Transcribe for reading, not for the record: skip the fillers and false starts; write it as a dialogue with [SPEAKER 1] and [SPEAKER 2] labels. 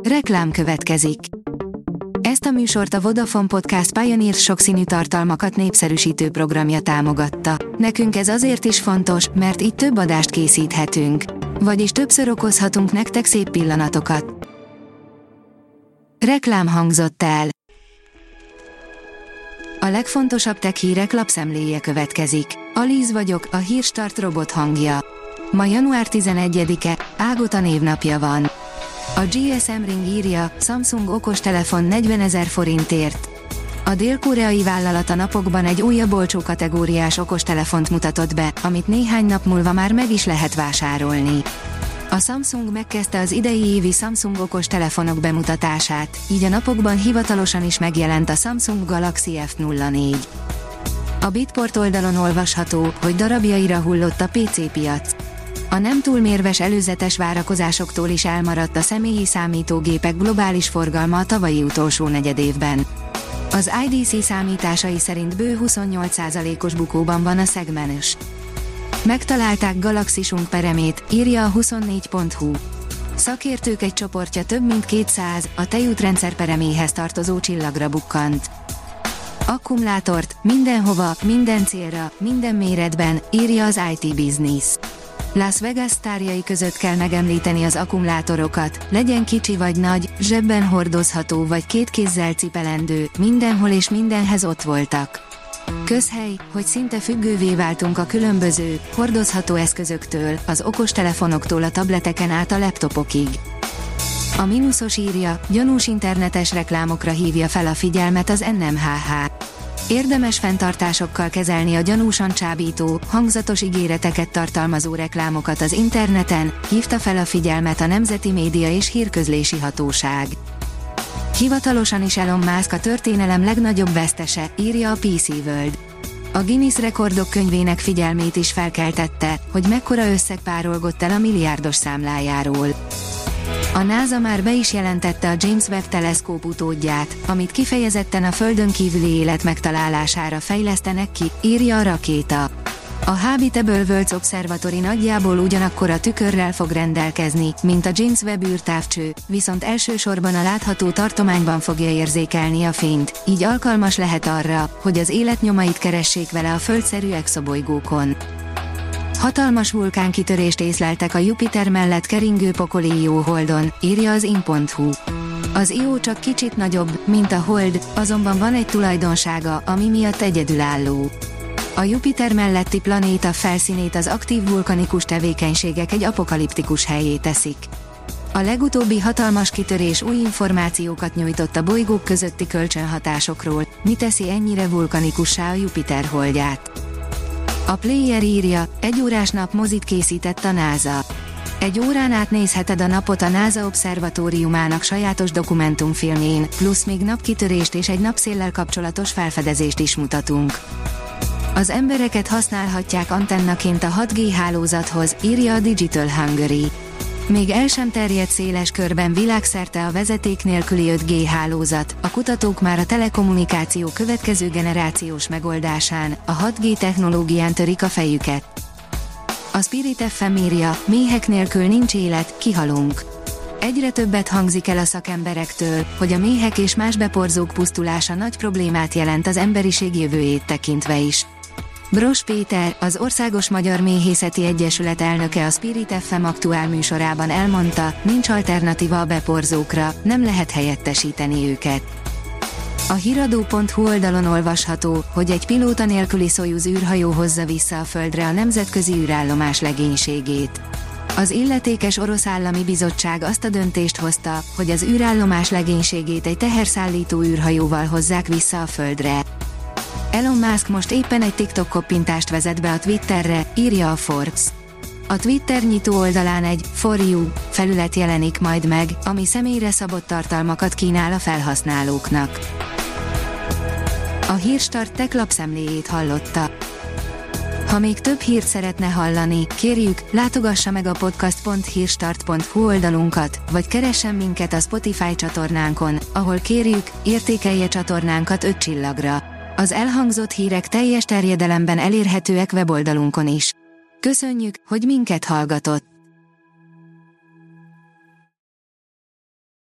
[SPEAKER 1] Reklám következik. Ezt a műsort a Vodafone Podcast Pioneer sokszínű tartalmakat népszerűsítő programja támogatta. Nekünk ez azért is fontos, mert így több adást készíthetünk. Vagyis többször okozhatunk nektek szép pillanatokat. Reklám hangzott el. A legfontosabb tech hírek lapszemléje következik. Alíz vagyok, a Hírstart robot hangja. Ma január 11-e, Ágota névnapja van. A GSM Ring írja, Samsung okostelefon 40 000 forintért. A dél-koreai vállalat a napokban egy újabb olcsó kategóriás okostelefont mutatott be, amit néhány nap múlva már meg is lehet vásárolni. A Samsung megkezdte az idei évi Samsung okostelefonok bemutatását, így a napokban hivatalosan is megjelent a Samsung Galaxy F04. A Bitport oldalon olvasható, hogy darabjaira hullott a PC piac. A nem túl mérves előzetes várakozásoktól is elmaradt a személyi számítógépek globális forgalma a tavalyi utolsó negyedévben. Az IDC számításai szerint bő 28%-os bukóban van a szegmens. Megtalálták galaxisunk peremét, írja a 24.hu. Szakértők egy csoportja több mint 200, a tejútrendszer pereméhez tartozó csillagra bukkant. Akkumulátort, mindenhova, minden célra, minden méretben, írja az IT Business. Las Vegas sztárjai között kell megemlíteni az akkumulátorokat, legyen kicsi vagy nagy, zsebben hordozható vagy két kézzel cipelendő, mindenhol és mindenhez ott voltak. Közhely, hogy szinte függővé váltunk a különböző, hordozható eszközöktől, az okostelefonoktól a tableteken át a laptopokig. A Minusos írja, gyanús internetes reklámokra hívja fel a figyelmet az NMHH. Érdemes fenntartásokkal kezelni a gyanúsan csábító, hangzatos ígéreteket tartalmazó reklámokat az interneten, hívta fel a figyelmet a Nemzeti Média és Hírközlési Hatóság. Hivatalosan is Elon Musk a történelem legnagyobb vesztese, írja a PC World. A Guinness rekordok könyvének figyelmét is felkeltette, hogy mekkora összeg párolgott el a milliárdos számlájáról. A NASA már be is jelentette a James Webb teleszkóp utódját, amit kifejezetten a Földön kívüli élet megtalálására fejlesztenek ki, írja a Rakéta. A Habitable Worlds Observatory nagyjából ugyanakkor a tükörrel fog rendelkezni, mint a James Webb űrtávcső, viszont elsősorban a látható tartományban fogja érzékelni a fényt, így alkalmas lehet arra, hogy az élet nyomait keressék vele a földszerű exobolygókon. Hatalmas vulkánkitörést észleltek a Jupiter mellett keringő pokoli Io holdon, írja az in.hu. Az Io csak kicsit nagyobb, mint a hold, azonban van egy tulajdonsága, ami miatt egyedülálló. A Jupiter melletti planéta felszínét az aktív vulkanikus tevékenységek egy apokaliptikus helyé teszik. A legutóbbi hatalmas kitörés új információkat nyújtott a bolygók közötti kölcsönhatásokról, mi teszi ennyire vulkanikussá a Jupiter holdját. A Player írja, egy órás napmozit készített a NASA. Egy órán át nézheted a napot a NASA obszervatóriumának sajátos dokumentumfilmjén, plusz még napkitörést és egy napszéllel kapcsolatos felfedezést is mutatunk. Az embereket használhatják antennaként a 6G hálózathoz, írja a Digital Hungary. Még el sem terjedt széles körben világszerte a vezeték nélküli 5G hálózat, a kutatók már a telekommunikáció következő generációs megoldásán, a 6G technológián törik a fejüket. A Spirit FM írja, méhek nélkül nincs élet, kihalunk. Egyre többet hangzik el a szakemberektől, hogy a méhek és más beporzók pusztulása nagy problémát jelent az emberiség jövőjét tekintve is. Bros Péter, az Országos Magyar Méhészeti Egyesület elnöke a Spirit FM aktuál műsorában elmondta, nincs alternatíva a beporzókra, nem lehet helyettesíteni őket. A hiradó.hu oldalon olvasható, hogy egy pilóta nélküli Szojuz űrhajó hozza vissza a Földre a nemzetközi űrállomás legénységét. Az illetékes orosz állami bizottság azt a döntést hozta, hogy az űrállomás legénységét egy teherszállító űrhajóval hozzák vissza a Földre. Elon Musk most éppen egy TikTok koppintást vezet be a Twitterre, írja a Forbes. A Twitter nyitó oldalán egy For You felület jelenik majd meg, ami személyre szabott tartalmakat kínál a felhasználóknak. A Hírstart tech lapszemléjét hallotta. Ha még több hírt szeretne hallani, kérjük, látogassa meg a podcast.hírstart.hu oldalunkat, vagy keressen minket a Spotify csatornánkon, ahol kérjük, értékelje csatornánkat 5 csillagra. Az elhangzott hírek teljes terjedelemben elérhetőek weboldalunkon is. Köszönjük, hogy minket hallgatott!